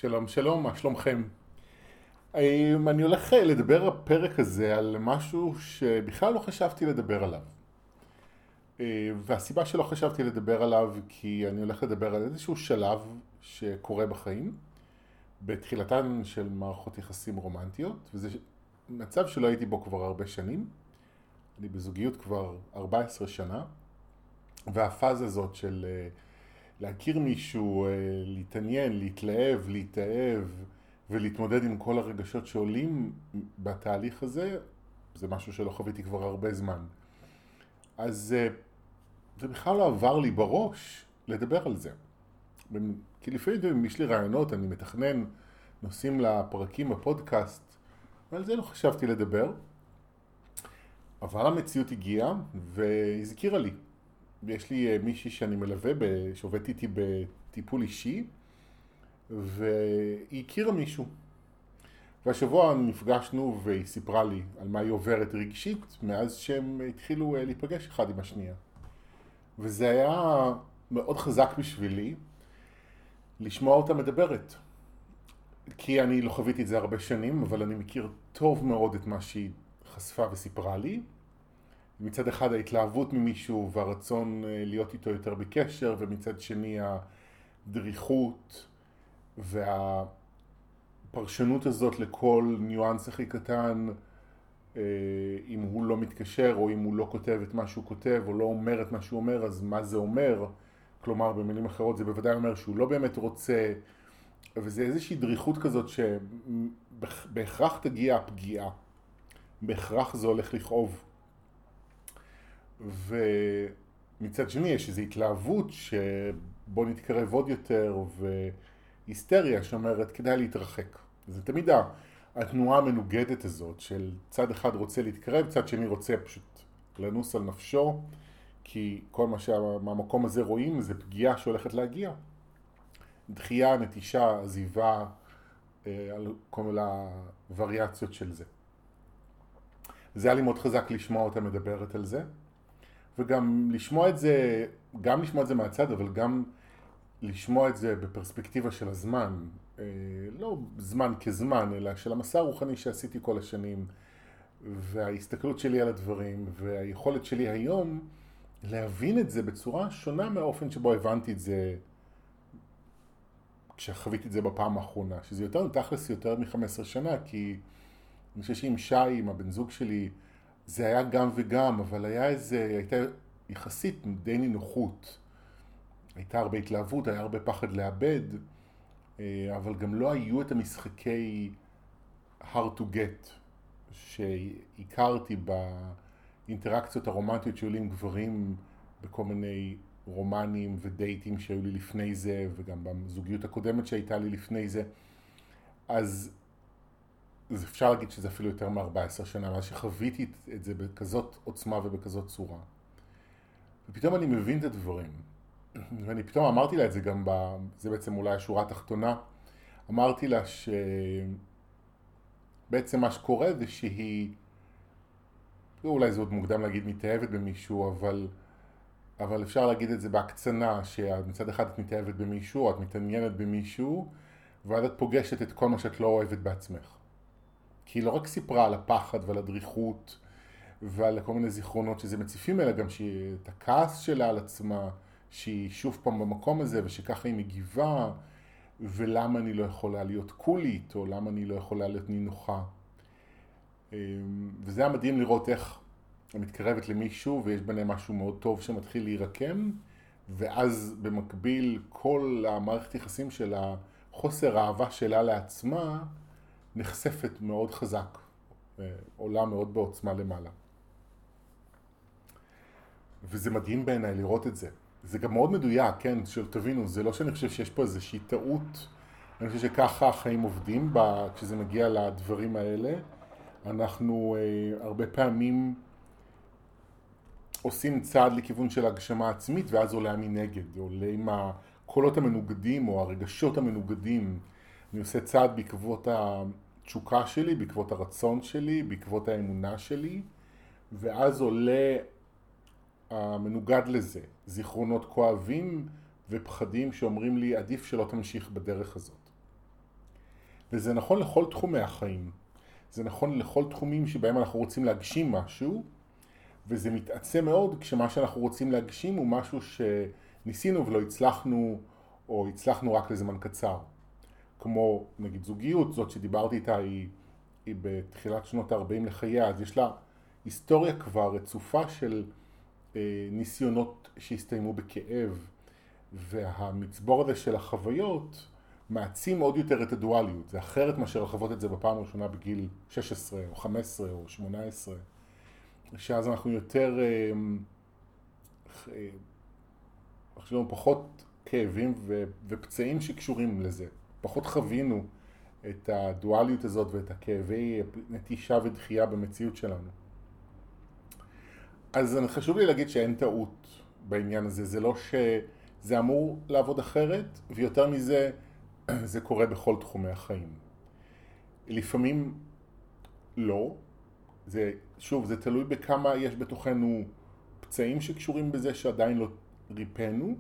שלום, שלום, מה שלומכם? אני הולך לדבר בפרק הזה על משהו שבכלל לא חשבתי לדבר עליו. והסיבה שלא חשבתי לדבר עליו כי אני הולך לדבר על איזשהו שלב שקורה בחיים, בתחילתן של מערכות יחסים רומנטיות, וזה מצב שלא הייתי בו כבר הרבה שנים. אני בזוגיות כבר 14 שנה, והפאזה הזאת של להכיר מישהו, להתעניין, להתלהב, להתאהב ולהתמודד עם כל הרגשות שעולים בתהליך הזה, זה משהו שלא חוויתי כבר הרבה זמן. אז זה בכלל לא עבר לי בראש לדבר על זה. כי לפעמים יש לי רעיונות, אני מתכנן נושאים לפרקים בפודקאסט, ועל זה לא חשבתי לדבר. אבל המציאות הגיעה והזכירה לי. ויש לי מישהי שאני מלווה, שעובדת איתי בטיפול אישי, והיא הכירה מישהו. והשבוע נפגשנו והיא סיפרה לי על מה היא עוברת רגשית מאז שהם התחילו להיפגש אחד עם השנייה. וזה היה מאוד חזק בשבילי לשמוע אותה מדברת. כי אני לא חוויתי את זה הרבה שנים, אבל אני מכיר טוב מאוד את מה שהיא חשפה וסיפרה לי. מצד אחד ההתלהבות ממישהו והרצון להיות איתו יותר בקשר, ומצד שני הדריכות והפרשנות הזאת לכל ניואנס הכי קטן, אם הוא לא מתקשר או אם הוא לא כותב את מה שהוא כותב או לא אומר את מה שהוא אומר, אז מה זה אומר? כלומר, במילים אחרות זה בוודאי אומר שהוא לא באמת רוצה, וזה איזושהי דריכות כזאת שבהכרח תגיע הפגיעה, בהכרח זה הולך לכאוב. ומצד שני יש איזו התלהבות שבוא נתקרב עוד יותר, והיסטריה שאומרת כדאי להתרחק. זה תמיד התנועה המנוגדת הזאת של צד אחד רוצה להתקרב, צד שני רוצה פשוט לנוס על נפשו, כי כל מה שהמקום הזה רואים זה פגיעה שהולכת להגיע. דחייה, נטישה, עזיבה, על כל הווריאציות של זה. זה היה לי מאוד חזק לשמוע אותה מדברת על זה. וגם לשמוע את זה, מהצד, אבל גם לשמוע את זה בפרספקטיבה של הזמן, לא זמן כזמן, אלא של המסע הרוחני שעשיתי כל השנים, וההסתכלות שלי על הדברים, והיכולת שלי היום להבין את זה בצורה שונה מהאופן שבו הבנתי את זה כשחוויתי את זה בפעם האחרונה, שזה יותר תכלס יותר מ-15 שנה, כי אני חושב שעם שי, עם הבן זוג שלי, זה היה גם וגם, אבל הייתה יחסית די נינוחות. הייתה הרבה התלהבות, היה הרבה פחד לאבד, אבל גם לא היו את המשחקי hard to get שהכרתי באינטראקציות הרומנטיות שהיו לי עם גברים בכל מיני רומנים ודייטים שהיו לי לפני זה, וגם בזוגיות הקודמת שהייתה לי לפני זה. אז אפשר להגיד שזה אפילו יותר מ-14 שנה, מאז שחוויתי את זה בכזאת עוצמה ובכזאת צורה. ופתאום אני מבין את הדברים. ואני פתאום אמרתי לה את זה גם, זה בעצם אולי השורה התחתונה, אמרתי לה שבעצם מה שקורה זה שהיא, אולי זה עוד מוקדם להגיד מתאהבת במישהו, אבל אפשר להגיד את זה בהקצנה, שמצד אחד את מתאהבת במישהו, את מתעניינת במישהו, ואז את פוגשת את כל מה שאת לא אוהבת בעצמך. כי היא לא רק סיפרה על הפחד ועל הדריכות ועל כל מיני זיכרונות שזה מציפים, אלא גם את הכעס שלה על עצמה, שהיא שוב פעם במקום הזה ושככה היא מגיבה, ולמה אני לא יכולה להיות קולית, או למה אני לא יכולה להיות נינוחה. וזה היה מדהים לראות איך היא מתקרבת למישהו ויש ביניהם משהו מאוד טוב שמתחיל להירקם, ואז במקביל כל המערכת יחסים של החוסר האהבה שלה לעצמה נחשפת מאוד חזק, עולה מאוד בעוצמה למעלה. וזה מדהים בעיניי לראות את זה. זה גם מאוד מדויק, כן, שתבינו, זה לא שאני חושב שיש פה איזושהי טעות, אני חושב שככה החיים עובדים כשזה מגיע לדברים האלה. אנחנו הרבה פעמים עושים צעד לכיוון של הגשמה עצמית, ואז עולה מנגד, עולה עם הקולות המנוגדים או הרגשות המנוגדים. אני עושה צעד בעקבות התשוקה שלי, בעקבות הרצון שלי, בעקבות האמונה שלי, ואז עולה המנוגד לזה, זיכרונות כואבים ופחדים שאומרים לי עדיף שלא תמשיך בדרך הזאת. וזה נכון לכל תחומי החיים. זה נכון לכל תחומים שבהם אנחנו רוצים להגשים משהו, וזה מתעצם מאוד כשמה שאנחנו רוצים להגשים הוא משהו שניסינו ולא הצלחנו, או הצלחנו רק לזמן קצר. כמו נגיד זוגיות, זאת שדיברתי איתה היא בתחילת שנות ה-40 לחייה, אז יש לה היסטוריה כבר רצופה של ניסיונות שהסתיימו בכאב, והמצבור הזה של החוויות מעצים עוד יותר את הדואליות. זה אחרת מאשר לחוות את זה בפעם הראשונה בגיל 16 או 15 או 18, שאז אנחנו יותר, יש לנו פחות כאבים ופצעים שקשורים לזה. פחות חווינו את הדואליות הזאת ואת הכאבי נטישה ודחייה במציאות שלנו. אז חשוב לי להגיד שאין טעות בעניין הזה. זה לא שזה אמור לעבוד אחרת, ויותר מזה, זה קורה בכל תחומי החיים. לפעמים לא. שוב, זה תלוי בכמה יש בתוכנו פצעים שקשורים בזה שעדיין לא ריפאנו,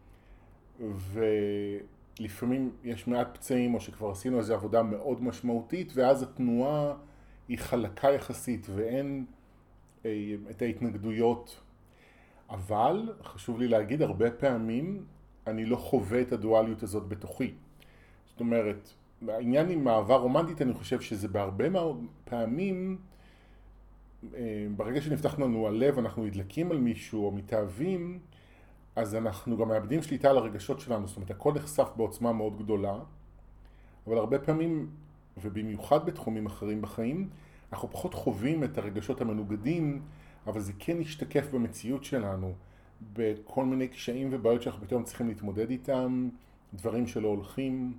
ולפעמים יש מעט פצעים או שכבר עשינו איזו עבודה מאוד משמעותית, ואז התנועה היא חלקה יחסית ואין את ההתנגדויות. אבל חשוב לי להגיד, הרבה פעמים אני לא חווה את הדואליות הזאת בתוכי. זאת אומרת, העניין עם אהבה רומנטית, אני חושב שזה בהרבה פעמים, ברגע שנפתח לנו הלב, אנחנו נדלקים על מישהו או מתאהבים, אז אנחנו גם מאבדים שליטה על הרגשות שלנו. זאת אומרת, הכל נחשף בעוצמה מאוד גדולה, אבל הרבה פעמים, ובמיוחד בתחומים אחרים בחיים, אנחנו פחות חווים את הרגשות המנוגדים, אבל זה כן ישתקף במציאות שלנו, בכל מיני קשיים ובעיות שאנחנו פתאום צריכים להתמודד איתם, דברים שלא הולכים,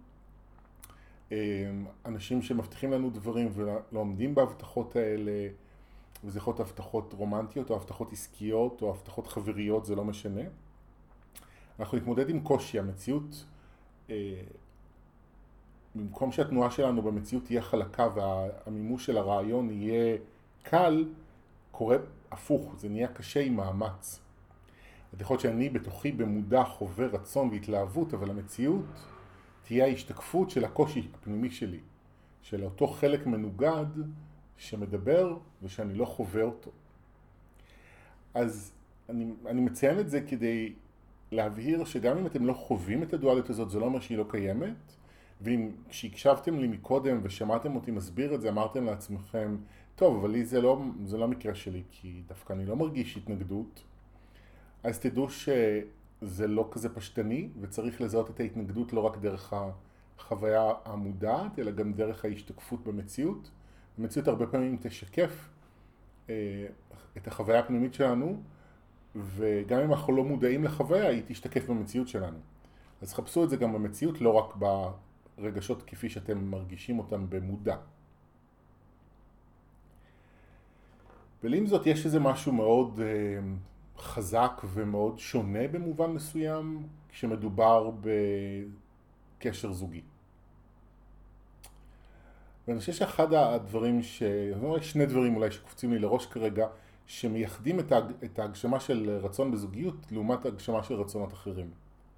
אנשים שמבטיחים לנו דברים ולא עומדים בהבטחות האלה, וזה יכול להיות הבטחות רומנטיות או הבטחות עסקיות או הבטחות חבריות, זה לא משנה. אנחנו נתמודד עם קושי. המציאות, במקום שהתנועה שלנו במציאות תהיה חלקה והמימוש של הרעיון יהיה קל, קורה הפוך, זה נהיה קשה עם מאמץ. את יכול להיות שאני בתוכי במודע חווה רצון והתלהבות, אבל המציאות תהיה ההשתקפות של הקושי הפנימי שלי, של אותו חלק מנוגד שמדבר ושאני לא חווה אותו. אז אני מציין את זה כדי להבהיר שגם אם אתם לא חווים את הדואליות הזאת, זה לא אומר שהיא לא קיימת, ואם כשהקשבתם לי מקודם ושמעתם אותי מסביר את זה, אמרתם לעצמכם, טוב, אבל לי זה לא מקרה שלי, כי דווקא אני לא מרגיש התנגדות, אז תדעו שזה לא כזה פשטני, וצריך לזהות את ההתנגדות לא רק דרך החוויה המודעת, אלא גם דרך ההשתקפות במציאות. המציאות הרבה פעמים תשקף את החוויה הפנימית שלנו, וגם אם אנחנו לא מודעים לחוויה, היא תשתקף במציאות שלנו. אז חפשו את זה גם במציאות, לא רק ברגשות כפי שאתם מרגישים אותם במודע. ועם זאת יש איזה משהו מאוד חזק ומאוד שונה במובן מסוים כשמדובר בקשר זוגי. ואני חושב שאחד הדברים שני דברים אולי שקופצים לי לראש כרגע, שמייחדים את ההגשמה של רצון בזוגיות לעומת ההגשמה של רצונות אחרים.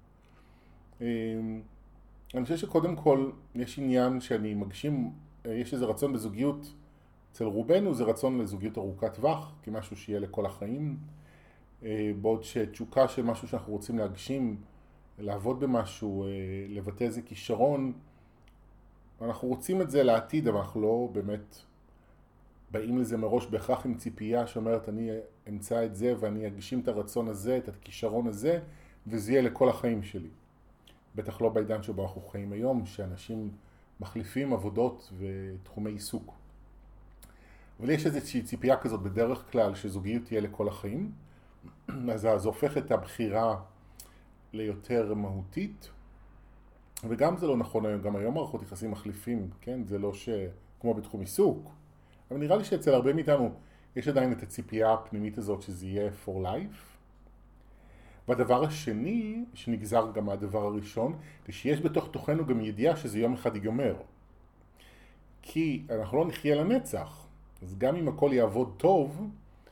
אני חושב שקודם כל יש עניין שאני מגשים, יש איזה רצון בזוגיות, אצל רובנו זה רצון לזוגיות ארוכת טווח, כמשהו שיהיה לכל החיים, בעוד שתשוקה של משהו שאנחנו רוצים להגשים, לעבוד במשהו, לבטא איזה כישרון, אנחנו רוצים את זה לעתיד, אבל אנחנו לא באמת באים לזה מראש בהכרח עם ציפייה שאומרת אני אמצא את זה ואני אגשים את הרצון הזה, את הכישרון הזה, וזה יהיה לכל החיים שלי. בטח לא בעידן שבו אנחנו חיים היום, שאנשים מחליפים עבודות ותחומי עיסוק. אבל יש איזושהי ציפייה כזאת בדרך כלל שזוגיות תהיה לכל החיים, אז זה הופך את הבחירה ליותר מהותית, וגם זה לא נכון היום, גם היום מערכות יחסים מחליפים, כן? זה לא כמו בתחום עיסוק, אבל נראה לי שאצל הרבה מאיתנו יש עדיין את הציפייה הפנימית הזאת שזה יהיה for life. והדבר השני, שנגזר גם מהדבר הראשון, זה שיש בתוך תוכנו גם ידיעה שזה יום אחד ייגמר. כי אנחנו לא נחיה לנצח, אז גם אם הכל יעבוד טוב,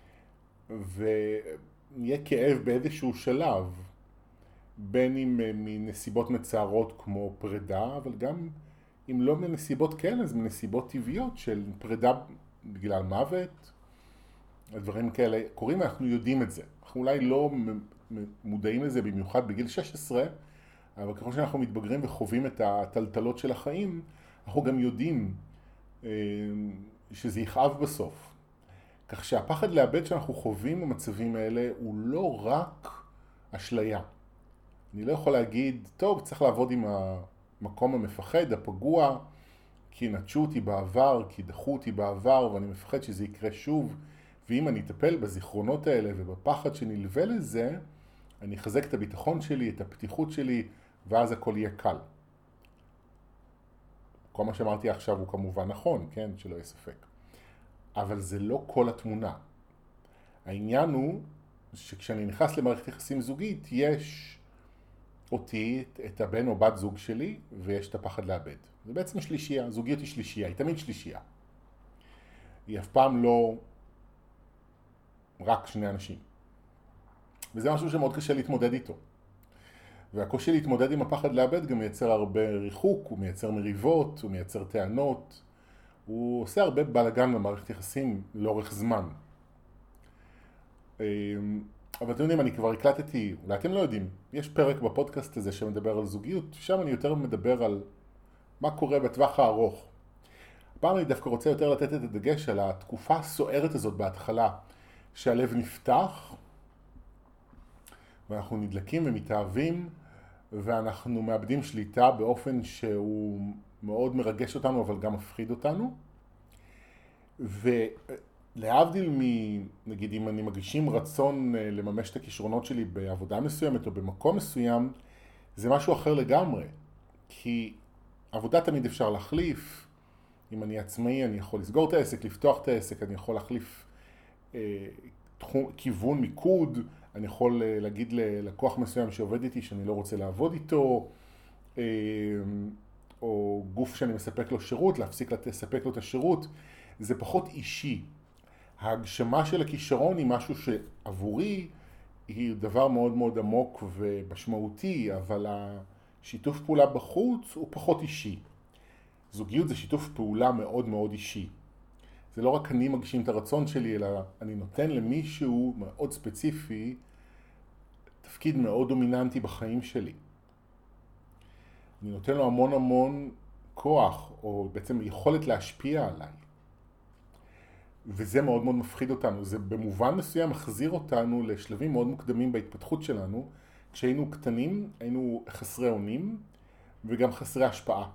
ויהיה כאב באיזשהו שלב, בין אם מנסיבות מצערות כמו פרידה, אבל גם אם לא מנסיבות כאלה, אז מנסיבות טבעיות של פרידה בגלל מוות, הדברים כאלה קורים, אנחנו יודעים את זה. אנחנו אולי לא מודעים לזה במיוחד בגיל 16, אבל ככל שאנחנו מתבגרים וחווים את הטלטלות של החיים, אנחנו גם יודעים שזה יכאב בסוף. כך שהפחד לאבד שאנחנו חווים במצבים האלה הוא לא רק אשליה. אני לא יכול להגיד, טוב, צריך לעבוד עם המקום המפחד, הפגוע, כי נטשו אותי בעבר, כי דחו אותי בעבר, ואני מפחד שזה יקרה שוב. ואם אני אטפל בזיכרונות האלה ובפחד שנלווה לזה, אני אחזק את הביטחון שלי, את הפתיחות שלי, ואז הכל יהיה קל. כל מה שאמרתי עכשיו הוא כמובן נכון, כן? שלא יהיה ספק. אבל זה לא כל התמונה. העניין הוא שכשאני נכנס למערכת יחסים זוגית, יש אותי, את הבן או בת זוג שלי, ויש את הפחד לאבד. זה בעצם שלישייה, זוגיות היא שלישייה, היא תמיד שלישייה. היא אף פעם לא רק שני אנשים. וזה משהו שמאוד קשה להתמודד איתו. והקושי להתמודד עם הפחד לאבד גם מייצר הרבה ריחוק, הוא מייצר מריבות, הוא מייצר טענות, הוא עושה הרבה בלגן במערכת יחסים לאורך זמן. אבל אתם יודעים, אני כבר הקלטתי, אולי אתם לא יודעים, יש פרק בפודקאסט הזה שמדבר על זוגיות, שם אני יותר מדבר על מה קורה בטווח הארוך. הפעם אני דווקא רוצה יותר לתת את הדגש על התקופה הסוערת הזאת בהתחלה, שהלב נפתח, ואנחנו נדלקים ומתאהבים, ואנחנו מאבדים שליטה באופן שהוא מאוד מרגש אותנו, אבל גם מפחיד אותנו. ולהבדיל נגיד אם אני מרגישים רצון לממש את הכישרונות שלי בעבודה מסוימת או במקום מסוים, זה משהו אחר לגמרי. כי עבודה תמיד אפשר להחליף. אם אני עצמאי, אני יכול לסגור את העסק, לפתוח את העסק, אני יכול להחליף כיוון, מיקוד, אני יכול להגיד ללקוח מסוים שעובד איתי שאני לא רוצה לעבוד איתו, או גוף שאני מספק לו שירות, להפסיק לספק לו את השירות. זה פחות אישי. ההגשמה של הכישרון היא משהו שעבורי היא דבר מאוד מאוד עמוק ומשמעותי, אבל השיתוף פעולה בחוץ הוא פחות אישי. זוגיות זה שיתוף פעולה מאוד מאוד אישי. זה לא רק אני מגשים את הרצון שלי, אלא אני נותן למישהו מאוד ספציפי תפקיד מאוד דומיננטי בחיים שלי. אני נותן לו המון המון כוח, או בעצם יכולת להשפיע עליי. וזה מאוד מאוד מפחיד אותנו. זה במובן מסוים מחזיר אותנו לשלבים מאוד מוקדמים בהתפתחות שלנו. כשהיינו קטנים, היינו חסרי אונים, וגם חסרי השפעה.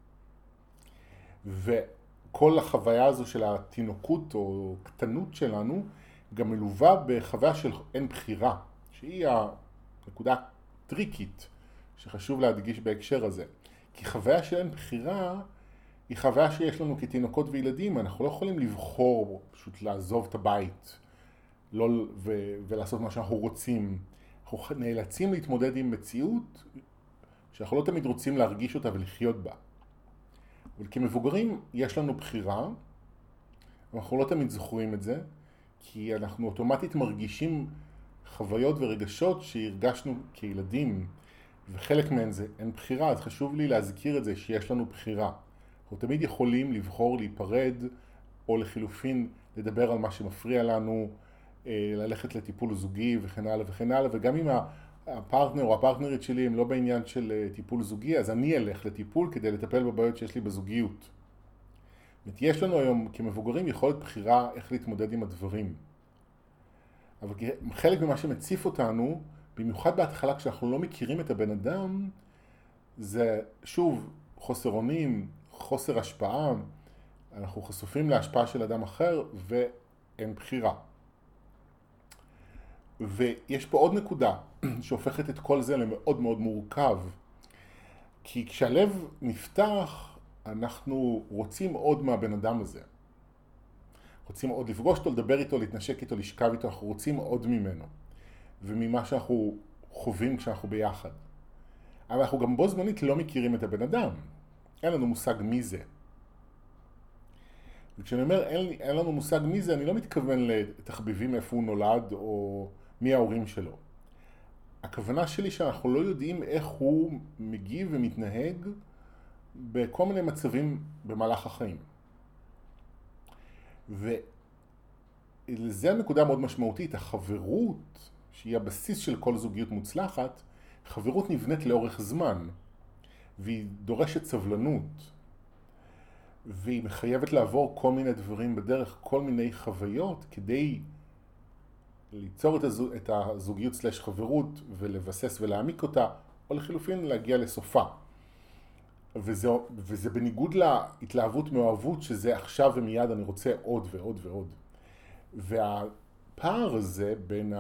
וכל החוויה הזו של התינוקות או קטנות שלנו, גם מלווה בחוויה של אין בחירה, שהיא הנקודה טריקית שחשוב להדגיש בהקשר הזה. כי חוויה של אין בחירה היא חוויה שיש לנו כתינוקות וילדים, אנחנו לא יכולים לבחור פשוט לעזוב את הבית ולעשות מה שאנחנו רוצים. אנחנו נאלצים להתמודד עם מציאות שאנחנו לא תמיד רוצים להרגיש אותה ולחיות בה. אבל כמבוגרים יש לנו בחירה, אנחנו לא תמיד זוכרים את זה, כי אנחנו אוטומטית מרגישים חוויות ורגשות שהרגשנו כילדים, וחלק מהן זה אין בחירה, אז חשוב לי להזכיר את זה שיש לנו בחירה. אנחנו תמיד יכולים לבחור להיפרד, או לחילופין לדבר על מה שמפריע לנו, ללכת לטיפול זוגי וכן הלאה וכן הלאה, וגם אם הפרטנר או הפרטנרית שלי הם לא בעניין של טיפול זוגי, אז אני אלך לטיפול כדי לטפל בבעיות שיש לי בזוגיות. יש לנו היום כמבוגרים יכולת בחירה איך להתמודד עם הדברים. אבל חלק ממה שמציף אותנו, במיוחד בהתחלה כשאנחנו לא מכירים את הבן אדם, זה שוב חוסר אונים, חוסר השפעה, אנחנו חשופים להשפעה של אדם אחר ואין בחירה. ויש פה עוד נקודה שהופכת את כל זה למאוד מאוד מורכב, כי כשהלב נפתח אנחנו רוצים עוד מהבן אדם הזה. רוצים עוד לפגוש אותו, לדבר איתו, להתנשק איתו, לשכב איתו, אנחנו רוצים עוד ממנו וממה שאנחנו חווים כשאנחנו ביחד. אבל אנחנו גם בו זמנית לא מכירים את הבן אדם, אין לנו מושג מי זה. וכשאני אומר אין לנו מושג מי זה, אני לא מתכוון לתחביבים איפה הוא נולד או מי ההורים שלו. הכוונה שלי שאנחנו לא יודעים איך הוא מגיב ומתנהג בכל מיני מצבים במהלך החיים. וזה הנקודה מאוד משמעותית, החברות, שהיא הבסיס של כל זוגיות מוצלחת, חברות נבנית לאורך זמן, והיא דורשת סבלנות, והיא מחייבת לעבור כל מיני דברים בדרך, כל מיני חוויות, כדי ליצור את הזוגיות סלש חברות ולבסס ולהעמיק אותה, או לחילופין להגיע לסופה. וזה בניגוד להתלהבות מאוהבות, שזה עכשיו ומיד אני רוצה עוד ועוד ועוד. והפער הזה בין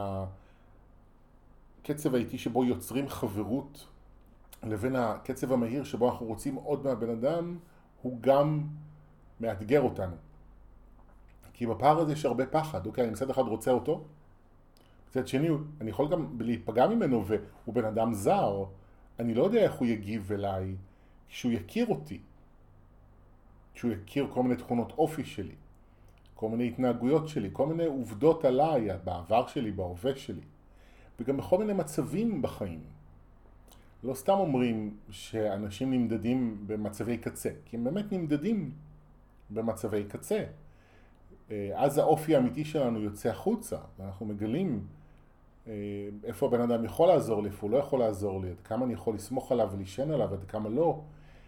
הקצב האיטי שבו יוצרים חברות לבין הקצב המהיר שבו אנחנו רוצים עוד מהבן אדם, הוא גם מאתגר אותנו. כי בפער הזה יש הרבה פחד. אוקיי, אני מצד אחד רוצה אותו, מצד שני אני יכול גם להיפגע ממנו, והוא בן אדם זר, אני לא יודע איך הוא יגיב אליי כשהוא יכיר אותי, כשהוא יכיר כל מיני תכונות אופי שלי, כל מיני התנהגויות שלי, כל מיני עובדות עליי, בעבר שלי, בהווה שלי, וגם בכל מיני מצבים בחיים. לא סתם אומרים שאנשים נמדדים במצבי קצה, כי הם באמת נמדדים במצבי קצה. אז האופי האמיתי שלנו יוצא החוצה, ואנחנו מגלים איפה הבן אדם יכול לעזור לי, איפה הוא לא יכול לעזור לי, עד כמה אני יכול לסמוך עליו ולהישען עליו, עד כמה לא.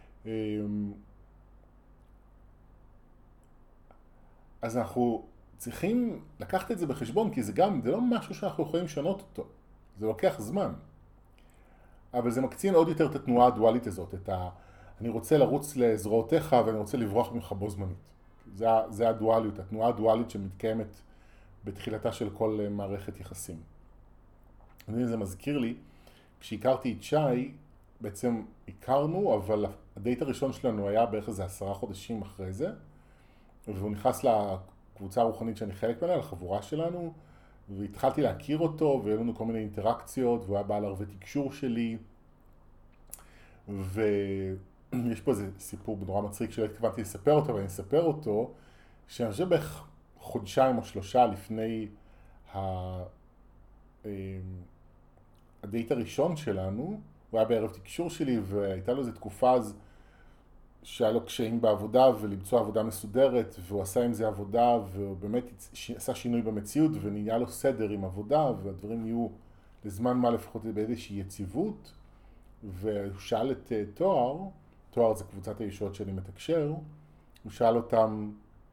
אז אנחנו צריכים לקחת את זה בחשבון, כי זה לא משהו שאנחנו יכולים לשנות אותו. זה לוקח זמן. אבל זה מקצין עוד יותר את התנועה הדואלית הזאת, אני רוצה לרוץ לזרועותיך ואני רוצה לברוח ממך בו זמנית. זה הדואליות, התנועה הדואלית שמתקיימת בתחילתה של כל מערכת יחסים. זה מזכיר לי, כשהכרתי את שי, בעצם הכרנו, אבל הדייט הראשון שלנו היה בערך איזה 10 חודשים אחרי זה, והוא נכנס לקבוצה הרוחנית שאני חלק ממנה, לחבורה שלנו, והתחלתי להכיר אותו, והיו לנו כל מיני אינטראקציות, והוא היה בעל ערבי תקשור שלי, ויש פה איזה סיפור נורא מצחיק שלא התכוונתי לספר אותו, אבל אני אספר אותו, שאני חושב בערך חודשיים או 3 לפני הדייט הראשון שלנו, הוא היה בערב תקשור שלי, והייתה לו איזו תקופה אז שהיה לו קשיים בעבודה ולמצוא עבודה מסודרת, והוא עשה עם זה עבודה, והוא באמת עשה שינוי במציאות, ונהיה לו סדר עם עבודה, והדברים נהיו לזמן מה לפחות באיזושהי יציבות, והוא שאל את תואר זה קבוצת הישועות שאני מתקשר, הוא שאל אותם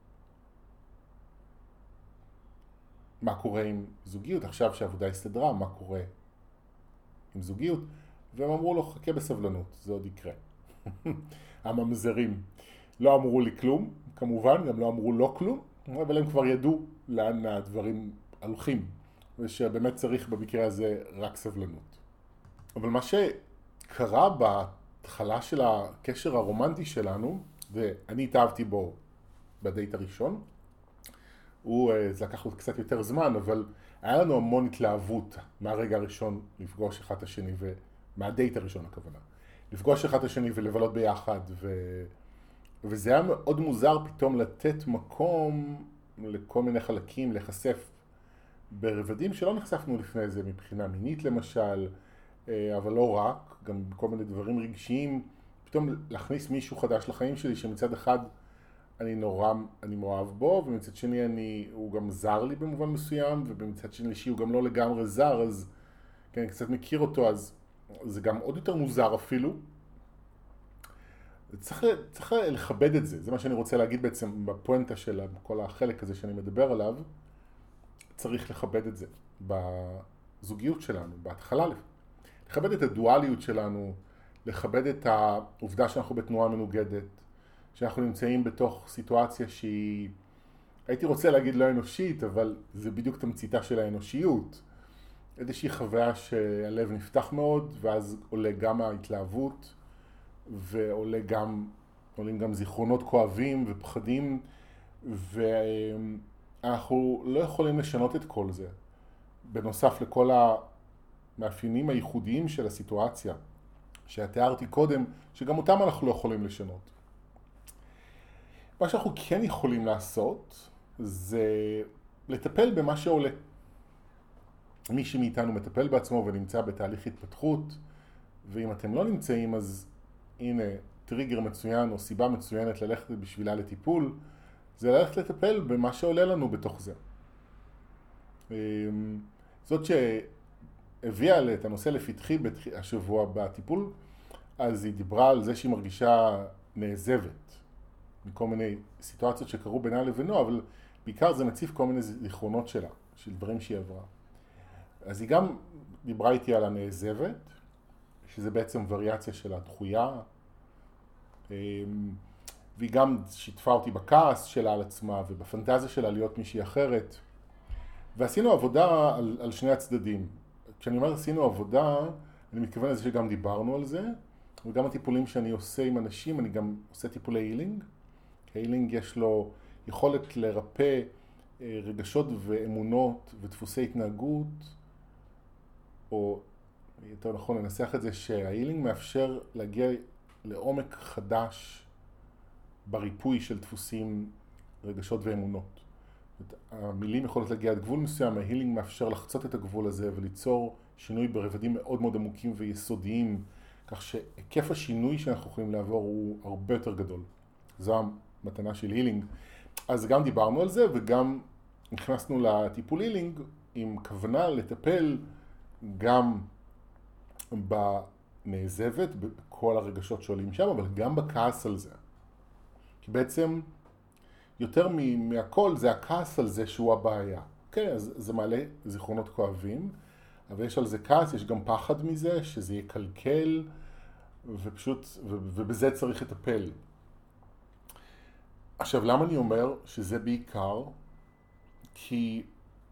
מה קורה עם זוגיות, עכשיו שהעבודה הסתדרה, מה קורה עם זוגיות, והם אמרו לו חכה בסבלנות, זה עוד יקרה. הממזרים לא אמרו לי כלום, כמובן, גם לא אמרו לא כלום, אבל הם כבר ידעו לאן הדברים הולכים, ושבאמת צריך במקרה הזה רק סבלנות. אבל מה שקרה בהתחלה של הקשר הרומנטי שלנו, ואני התאהבתי בו בדייט הראשון, זה לקח לו קצת יותר זמן, אבל היה לנו המון התלהבות מהרגע הראשון לפגוש אחד את השני, ומהדייט הראשון הכוונה. לפגוש אחד את השני ולבלות ביחד, וזה היה מאוד מוזר פתאום לתת מקום לכל מיני חלקים, לחשף ברבדים שלא נחשפנו לפני זה, מבחינה מינית למשל, אבל לא רק, גם כל מיני דברים רגשיים, פתאום להכניס מישהו חדש לחיים שלי, שמצד אחד אני מאוהב בו, ומצד שני הוא גם זר לי במובן מסוים, ובמצד שני הוא גם לא לגמרי זר, אז אני קצת מכיר אותו, אז זה גם עוד יותר מוזר אפילו. צריך לכבד את זה, זה מה שאני רוצה להגיד בעצם בפואנטה של כל החלק הזה שאני מדבר עליו. צריך לכבד את זה בזוגיות שלנו, בהתחלה. לכבד את הדואליות שלנו, לכבד את העובדה שאנחנו בתנועה מנוגדת, שאנחנו נמצאים בתוך סיטואציה שהיא, הייתי רוצה להגיד לא אנושית, אבל זה בדיוק תמציתה של האנושיות. איזושהי חוויה שהלב נפתח מאוד, ואז עולה גם ההתלהבות, ועולים גם זיכרונות כואבים ופחדים, ואנחנו לא יכולים לשנות את כל זה. בנוסף לכל המאפיינים הייחודיים של הסיטואציה, שתיארתי קודם, שגם אותם אנחנו לא יכולים לשנות. מה שאנחנו כן יכולים לעשות, זה לטפל במה שעולה. מי שמאיתנו מטפל בעצמו ונמצא בתהליך התפתחות, ואם אתם לא נמצאים, אז הנה, טריגר מצוין או סיבה מצוינת ללכת בשבילה לטיפול, זה ללכת לטפל במה שעולה לנו בתוך זה. זאת שהביאה את הנושא לפתחי השבוע בטיפול, אז היא דיברה על זה שהיא מרגישה נעזבת מכל מיני סיטואציות שקרו בינה לבינו, אבל בעיקר זה מציף כל מיני זיכרונות שלה, של דברים שהיא עברה. אז היא גם דיברה איתי על הנעזבת, שזה בעצם וריאציה של הדחויה, והיא גם שיתפה אותי בכעס שלה על עצמה ובפנטזיה שלה להיות מישהי אחרת. ועשינו עבודה על שני הצדדים. כשאני אומר עשינו עבודה, אני מתכוון לזה שגם דיברנו על זה, וגם הטיפולים שאני עושה עם אנשים, אני גם עושה טיפולי הילינג. הילינג יש לו יכולת לרפא רגשות ואמונות ודפוסי התנהגות, או יותר נכון לנסח את זה שההילינג מאפשר להגיע לעומק חדש בריפוי של דפוסים, רגשות ואמונות. המילים יכולות להגיע עד גבול מסוים, ההילינג מאפשר לחצות את הגבול הזה וליצור שינוי ברבדים מאוד מאוד עמוקים ויסודיים, כך שהיקף השינוי שאנחנו יכולים לעבור הוא הרבה יותר גדול. זו המתנה של הילינג. אז גם דיברנו על זה וגם נכנסנו לטיפול הילינג עם כוונה לטפל גם בנעזבת, בכל הרגשות שעולים שם, אבל גם בכעס על זה. כי בעצם יותר מהכל זה הכעס על זה שהוא הבעיה. אוקיי, אז זה מעלה זיכרונות כואבים, אבל יש על זה כעס, יש גם פחד מזה, שזה יקלקל, ובזה צריך לטפל. עכשיו, למה אני אומר שזה בעיקר? כי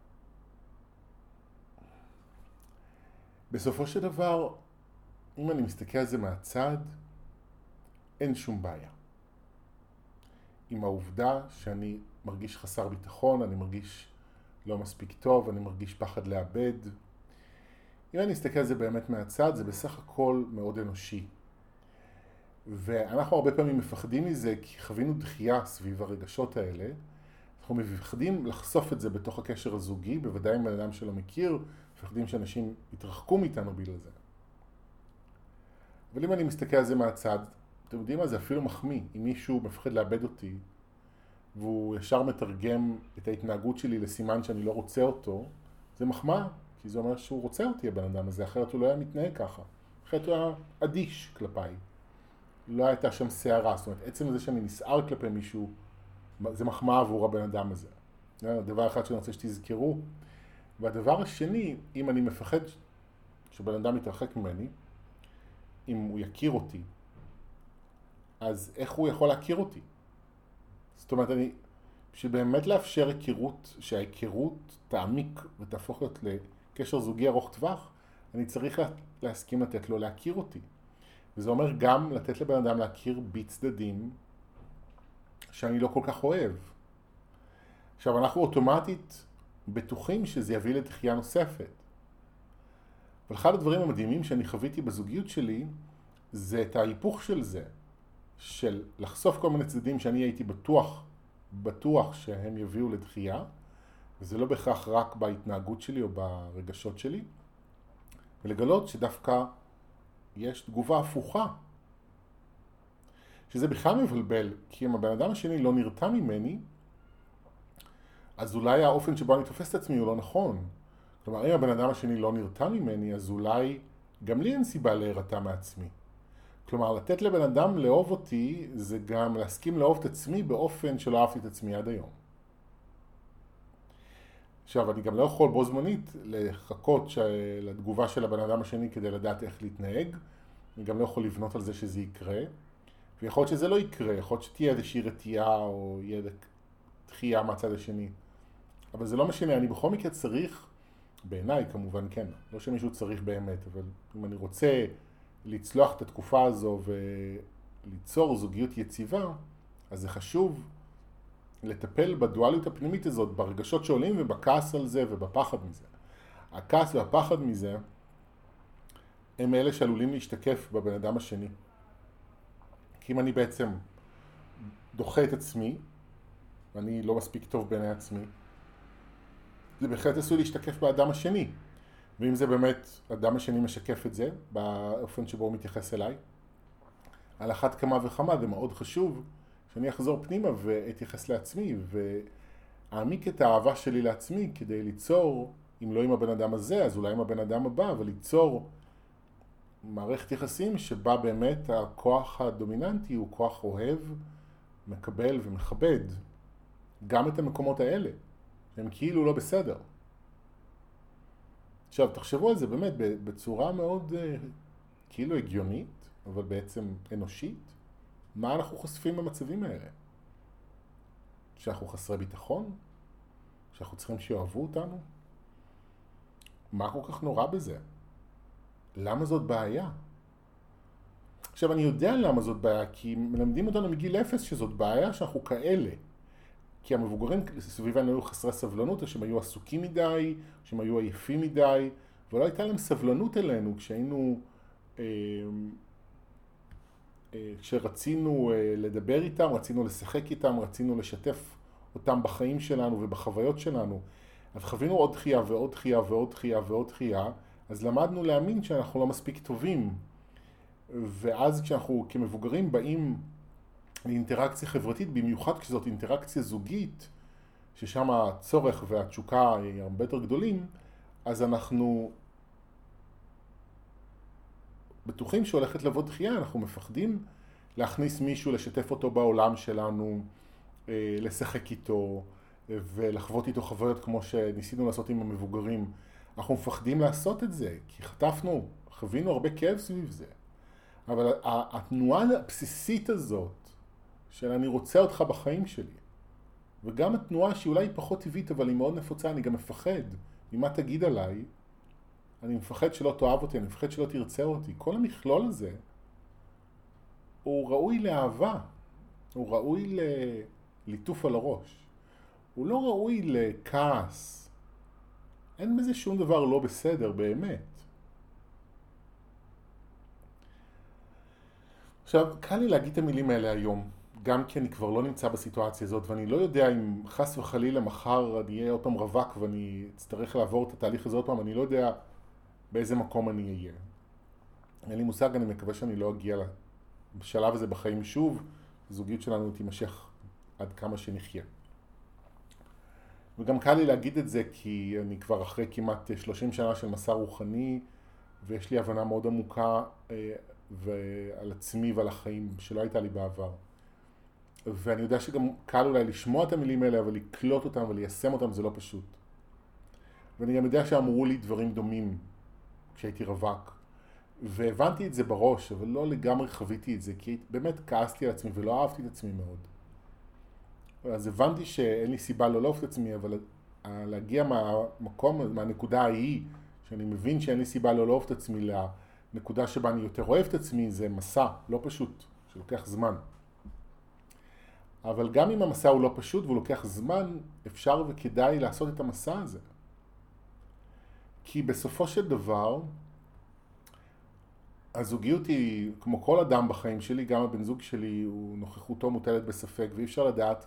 בסופו של דבר, אם אני מסתכל על זה מהצד, אין שום בעיה. עם העובדה שאני מרגיש חסר ביטחון, אני מרגיש לא מספיק טוב, אני מרגיש פחד לאבד. אם אני אסתכל על זה באמת מהצד, זה בסך הכל מאוד אנושי. ואנחנו הרבה פעמים מפחדים מזה, כי חווינו דחייה סביב הרגשות האלה. אנחנו מפחדים לחשוף את זה בתוך הקשר הזוגי, בוודאי עם אדם שלא מכיר, מפחדים שאנשים יתרחקו מאיתנו בגלל זה. אבל אם אני מסתכל על זה מהצד, אתם יודעים מה? זה אפילו מחמיא. אם מישהו מפחד לאבד אותי, והוא ישר מתרגם את ההתנהגות שלי לסימן שאני לא רוצה אותו, זה מחמאה, כי זה אומר שהוא רוצה אותי, הבן אדם הזה, אחרת הוא לא היה מתנהג ככה. אחרת הוא היה אדיש כלפיי. לא הייתה שם שערה, זאת אומרת, עצם זה שאני נסער כלפי מישהו, זה מחמאה עבור הבן אדם הזה. זה דבר אחד שאני רוצה שתזכרו. והדבר השני, אם אני מפחד שבן אדם יתרחק ממני, אם הוא יכיר אותי, אז איך הוא יכול להכיר אותי? זאת אומרת, שבאמת לאפשר היכרות, שההיכרות תעמיק ותהפוך להיות לקשר זוגי ארוך טווח, אני צריך להסכים לתת לו להכיר אותי. וזה אומר גם לתת לבן אדם להכיר בי צדדים שאני לא כל כך אוהב. עכשיו, אנחנו אוטומטית בטוחים שזה יביא לדחייה נוספת. אבל אחד הדברים המדהימים שאני חוויתי בזוגיות שלי, זה את ההיפוך של זה, של לחשוף כל מיני צדדים שאני הייתי בטוח שהם יביאו לדחייה, וזה לא בהכרח רק בהתנהגות שלי או ברגשות שלי, ולגלות שדווקא יש תגובה הפוכה, שזה בכלל מבלבל, כי אם הבן אדם השני לא נרתע ממני, אז אולי האופן שבו אני תופס את עצמי הוא לא נכון. כלומר, אם הבן אדם השני לא נרתע ממני, אז אולי גם לי אין סיבה להירתע מעצמי. כלומר, לתת לבן אדם לאהוב אותי, זה גם להסכים לאהוב את עצמי באופן שלא אהבתי את עצמי עד היום. עכשיו, אני גם לא יכול בו זמנית לחכות לתגובה של הבן אדם השני כדי לדעת איך להתנהג. אני גם לא יכול לבנות על זה שזה יקרה. ויכול להיות שזה לא יקרה, יכול להיות שתהיה איזושהי רתיעה או יהיה דחייה מהצד השני. אבל זה לא משנה, אני בכל מקרה צריך, בעיניי כמובן כן, לא שמישהו צריך באמת, אבל אם אני רוצה לצלוח את התקופה הזו וליצור זוגיות יציבה, אז זה חשוב לטפל בדואליות הפנימית הזאת, ברגשות שעולים ובכעס על זה ובפחד מזה. הכעס והפחד מזה הם אלה שעלולים להשתקף בבן אדם השני. כי אם אני בעצם דוחה את עצמי, ואני לא מספיק טוב בעיני עצמי, זה בהחלט עשוי להשתקף באדם השני. ואם זה באמת, אדם השני משקף את זה, באופן שבו הוא מתייחס אליי, על אחת כמה וכמה זה מאוד חשוב שאני אחזור פנימה ואתייחס לעצמי ואעמיק את האהבה שלי לעצמי כדי ליצור, אם לא עם הבן אדם הזה, אז אולי עם הבן אדם הבא, אבל ליצור מערכת יחסים שבה באמת הכוח הדומיננטי הוא כוח אוהב, מקבל ומכבד גם את המקומות האלה, שהם כאילו לא בסדר. עכשיו, תחשבו על זה באמת בצורה מאוד כאילו הגיונית, אבל בעצם אנושית. מה אנחנו חושפים במצבים האלה? שאנחנו חסרי ביטחון? שאנחנו צריכים שיאהבו אותנו? מה כל כך נורא בזה? למה זאת בעיה? עכשיו, אני יודע למה זאת בעיה, כי מלמדים אותנו מגיל 0 שזאת בעיה שאנחנו כאלה. כי המבוגרים סביבנו היו חסרי סבלנות, או שהם היו עסוקים מדי, או שהם היו עייפים מדי, ולא הייתה להם סבלנות אלינו כשהיינו, כשרצינו לדבר איתם, רצינו לשחק איתם, רצינו לשתף אותם בחיים שלנו ובחוויות שלנו. אז חווינו עוד דחייה ועוד דחייה ועוד דחייה ועוד דחייה, אז למדנו להאמין שאנחנו לא מספיק טובים. ואז כשאנחנו כמבוגרים באים לאינטראקציה חברתית, במיוחד כשזאת אינטראקציה זוגית, ששם הצורך והתשוקה היא הרבה יותר גדולים, אז אנחנו בטוחים שהולכת לבוא דחייה, אנחנו מפחדים להכניס מישהו, לשתף אותו בעולם שלנו, לשחק איתו ולחוות איתו חוויות כמו שניסינו לעשות עם המבוגרים. אנחנו מפחדים לעשות את זה, כי חווינו הרבה כאב סביב זה. אבל התנועה הבסיסית הזאת, של אני רוצה אותך בחיים שלי, וגם התנועה שהיא אולי פחות טבעית, אבל היא מאוד נפוצה, אני גם מפחד ממה תגיד עליי, אני מפחד שלא תאהב אותי, אני מפחד שלא תרצה אותי. כל המכלול הזה הוא ראוי לאהבה, הוא ראוי ליטוף על הראש, הוא לא ראוי לכעס. אין בזה שום דבר לא בסדר באמת. עכשיו, קל לי להגיד את המילים האלה היום, גם כי אני כבר לא נמצא בסיטואציה הזאת, ואני לא יודע אם חס וחלילה מחר אני אהיה עוד פעם רווק ואני אצטרך לעבור את התהליך הזה עוד פעם, אני לא יודע באיזה מקום אני אהיה. אין לי מושג, אני מקווה שאני לא אגיע בשלב הזה בחיים שוב, הזוגיות שלנו תימשך עד כמה שנחיה. וגם קל לי להגיד את זה כי אני כבר אחרי כמעט 30 שנה של מסע רוחני, ויש לי הבנה מאוד עמוקה ועל עצמי ועל החיים שלא הייתה לי בעבר. ואני יודע שגם קל אולי לשמוע את המילים האלה, אבל לקלוט אותם וליישם אותם זה לא פשוט. ואני גם יודע שאמרו לי דברים דומים כשהייתי רווק. והבנתי את זה בראש, אבל לא לגמרי חוויתי את זה, כי באמת כעסתי על עצמי ולא אהבתי את עצמי מאוד. אז הבנתי שאין לי סיבה לא לאהוב את עצמי, אבל להגיע מהנקודה ההיא, שאני מבין שאין לי סיבה לא לאהוב את עצמי, לנקודה שבה אני יותר אוהב את עצמי, זה מסע לא פשוט, שלוקח זמן. אבל גם אם המסע הוא לא פשוט והוא לוקח זמן, אפשר וכדאי לעשות את המסע הזה. כי בסופו של דבר, הזוגיות היא, כמו כל אדם בחיים שלי, גם הבן זוג שלי, נוכחותו מוטלת בספק, ואי אפשר לדעת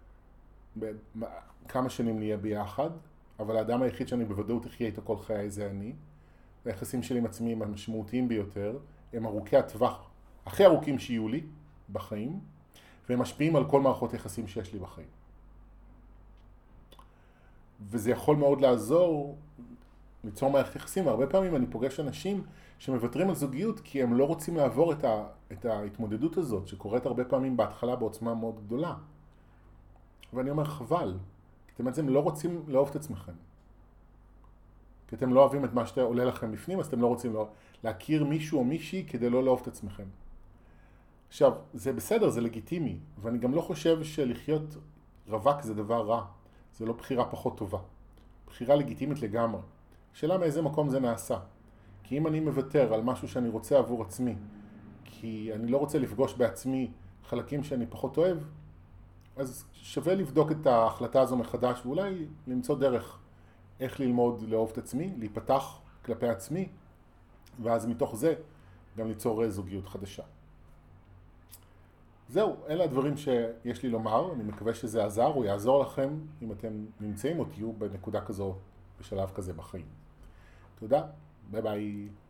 כמה שנים נהיה ביחד, אבל האדם היחיד שאני בוודאות אחיה איתו כל חיי זה אני. היחסים שלי עם עצמי הם המשמעותיים ביותר, הם ארוכי הטווח, הכי ארוכים שיהיו לי בחיים, והם משפיעים על כל מערכות יחסים שיש לי בחיים. וזה יכול מאוד לעזור ליצור מערכת יחסים, והרבה פעמים אני פוגש אנשים שמוותרים על זוגיות כי הם לא רוצים לעבור את ההתמודדות הזאת, שקורית הרבה פעמים בהתחלה בעוצמה מאוד גדולה. ואני אומר חבל, כי אתם בעצם לא רוצים לאהוב את עצמכם. כי אתם לא אוהבים את מה שעולה לכם בפנים, אז אתם לא רוצים להכיר מישהו או מישהי כדי לא לאהוב את עצמכם. עכשיו, זה בסדר, זה לגיטימי, ואני גם לא חושב שלחיות רווק זה דבר רע. זה לא בחירה פחות טובה. בחירה לגיטימית לגמרי. השאלה מאיזה מקום זה נעשה. כי אם אני מוותר על משהו שאני רוצה עבור עצמי, כי אני לא רוצה לפגוש בעצמי חלקים שאני פחות אוהב, אז שווה לבדוק את ההחלטה הזו מחדש, ואולי למצוא דרך איך ללמוד לאהוב את עצמי, להיפתח כלפי עצמי, ואז מתוך זה גם ליצור זוגיות חדשה. זהו, אלה הדברים שיש לי לומר, אני מקווה שזה עזר או יעזור לכם אם אתם נמצאים או תהיו בנקודה כזו, בשלב כזה בחיים. תודה, ביי ביי.